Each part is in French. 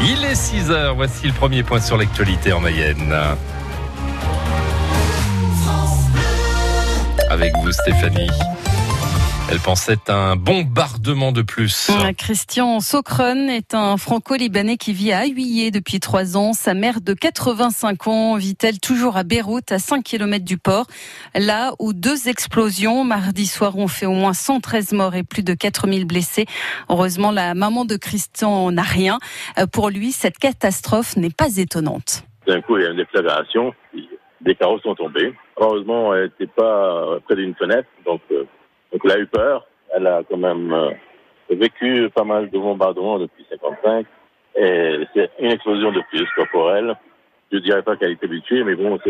Il est 6h, voici le premier point sur l'actualité en Mayenne. Avec vous Stéphanie. Elle pensait à un bombardement de plus. Christian Sokron est un franco-libanais qui vit à Ahuillé depuis 3 ans. Sa mère de 85 ans vit-elle toujours à Beyrouth, à 5 km du port. Là où 2 explosions mardi soir ont fait au moins 113 morts et plus de 4000 blessés. Heureusement, la maman de Christian n'a rien. Pour lui, cette catastrophe n'est pas étonnante. D'un coup, il y a une déflagration. Des carreaux sont tombés. Heureusement, elle n'était pas près d'une fenêtre, donc elle a eu peur. Elle a quand même vécu pas mal de bombardements depuis 55. Et c'est une explosion de plus pour elle. Je dirais pas qu'elle est habituée, mais bon,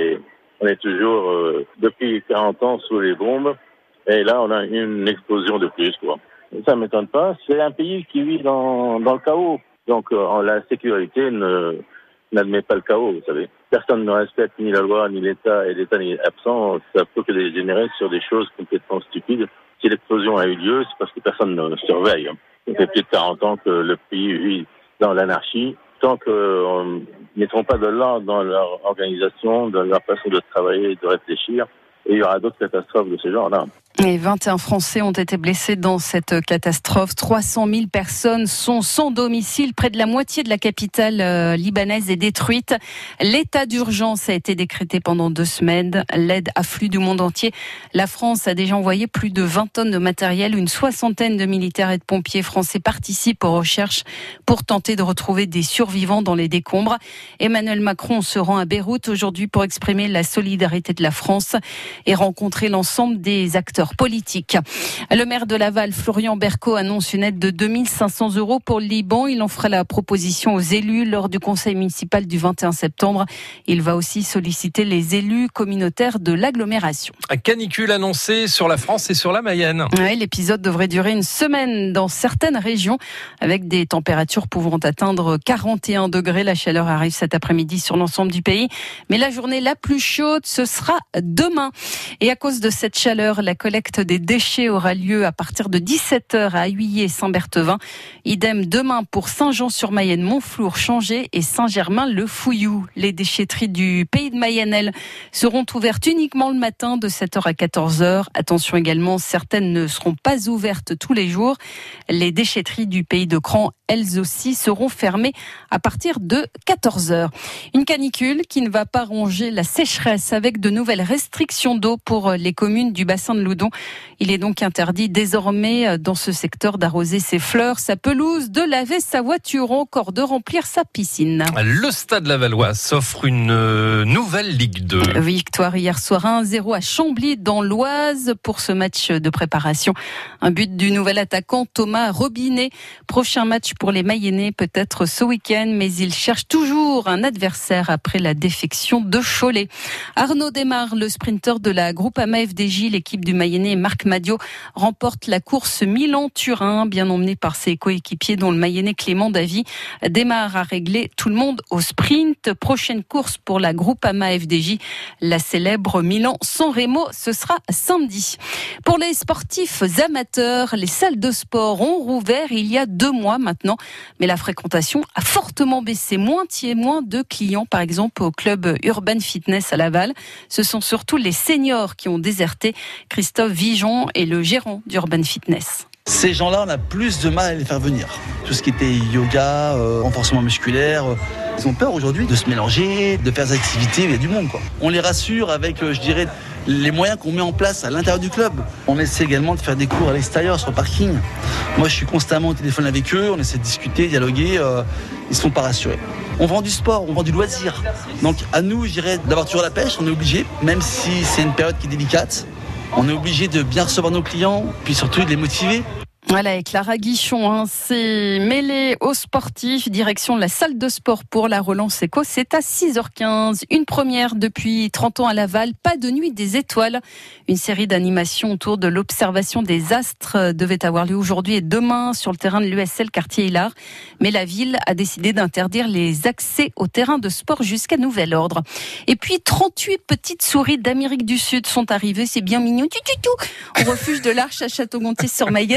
on est toujours depuis 40 ans sous les bombes. Et là, on a une explosion de plus, quoi. Ça m'étonne pas. C'est un pays qui vit dans le chaos. Donc, la sécurité n'admet pas le chaos, vous savez. Personne ne respecte ni la loi, ni l'État, et l'État n'est absent. Ça peut que dégénérer sur des choses complètement stupides. Si l'explosion a eu lieu, c'est parce que personne ne surveille. Ça fait plus de 40 ans que le pays vit dans l'anarchie. Tant qu'on ne mettront pas de l'ordre dans leur organisation, dans leur façon de travailler et de réfléchir, et il y aura d'autres catastrophes de ce genre-là. Et 21 Français ont été blessés dans cette catastrophe. 300 000 personnes sont sans domicile. Près de la moitié de la capitale libanaise est détruite. L'état d'urgence a été décrété pendant 2 semaines. L'aide afflue du monde entier. La France a déjà envoyé plus de 20 tonnes de matériel. Une 60aine de militaires et de pompiers français participent aux recherches pour tenter de retrouver des survivants dans les décombres. Emmanuel Macron se rend à Beyrouth aujourd'hui pour exprimer la solidarité de la France et rencontrer l'ensemble des acteurs politique. Le maire de Laval, Florian Berco, annonce une aide de 2500 € pour le Liban. Il en fera la proposition aux élus lors du conseil municipal du 21 septembre. Il va aussi solliciter les élus communautaires de l'agglomération. Canicule annoncée sur la France et sur la Mayenne. Oui, l'épisode devrait durer une semaine dans certaines régions avec des températures pouvant atteindre 41 degrés. La chaleur arrive cet après-midi sur l'ensemble du pays. Mais la journée la plus chaude, ce sera demain. Et à cause de cette chaleur, la collecte des déchets aura lieu à partir de 17h à Ahuillé et Saint-Berthevin. Idem demain pour Saint-Jean-sur-Mayenne, Montflour, Changé et Saint-Germain-le-Fouillou. Les déchetteries du pays de Mayenne, elles, seront ouvertes uniquement le matin de 7h à 14h. Attention également, certaines ne seront pas ouvertes tous les jours. Les déchetteries du pays de Cran, elles aussi, seront fermées à partir de 14h. Une canicule qui ne va pas ronger la sécheresse avec de nouvelles restrictions d'eau pour les communes du bassin de Loudon. Il est donc interdit désormais dans ce secteur d'arroser ses fleurs, sa pelouse, de laver sa voiture ou encore de remplir sa piscine. Le Stade Lavallois s'offre une nouvelle Ligue 2. Victoire hier soir 1-0 à Chambly dans l'Oise pour ce match de préparation. Un but du nouvel attaquant Thomas Robinet. Prochain match pour les Mayennais peut-être ce week-end, mais il cherche toujours un adversaire après la défection de Cholet. Arnaud Desmar, le sprinter de la Groupama FDJ, l'équipe du Mayennais Marc Madiot, remporte la course Milan-Turin, bien emmené par ses coéquipiers dont le Mayennais Clément Davy. Desmar a réglé tout le monde au sprint. Prochaine course pour la Groupama FDJ, la célèbre Milan-San Remo, ce sera samedi. Pour les sportifs amateurs, les salles de sport ont rouvert il y a 2 mois maintenant, mais la fréquentation a fortement baissé. Moins de clients, par exemple, au club Urban Fitness à Laval. Ce sont surtout les seniors qui ont déserté. Christophe Vigeon est le gérant d'Urban Fitness. Ces gens-là, on a plus de mal à les faire venir. Tout ce qui était yoga, renforcement musculaire, ils ont peur aujourd'hui de se mélanger, de faire des activités, il y a du monde, quoi. On les rassure avec, je dirais, les moyens qu'on met en place à l'intérieur du club. On essaie également de faire des cours à l'extérieur, sur le parking. Moi, je suis constamment au téléphone avec eux, on essaie de discuter, dialoguer, ils ne sont pas rassurés. On vend du sport, on vend du loisir. Donc à nous, je dirais, d'avoir toujours la pêche, on est obligé, même si c'est une période qui est délicate. On est obligé de bien recevoir nos clients, puis surtout de les motiver. Voilà, et Clara Guichon s'est mêlée aux sportifs. Direction la salle de sport pour la relance éco. C'est à 6h15. Une première depuis 30 ans à Laval. Pas de nuit des étoiles. Une série d'animations autour de l'observation des astres devait avoir lieu aujourd'hui et demain sur le terrain de l'USL Quartier-Hillard. Mais la ville a décidé d'interdire les accès au terrain de sport jusqu'à nouvel ordre. Et puis 38 petites souris d'Amérique du Sud sont arrivées. C'est bien mignon. Au refuge de l'Arche à Château-Gontier sur Mayenne.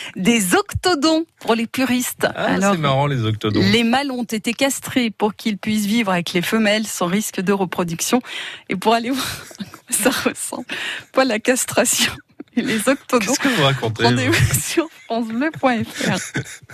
des octodons pour les puristes. Alors, c'est marrant les octodons. Les mâles ont été castrés pour qu'ils puissent vivre avec les femelles sans risque de reproduction. Et pour aller voir ça ressemble, pas la castration et les octodons. Qu'est-ce que vous racontez? Rendez-vous sur francebleu.fr.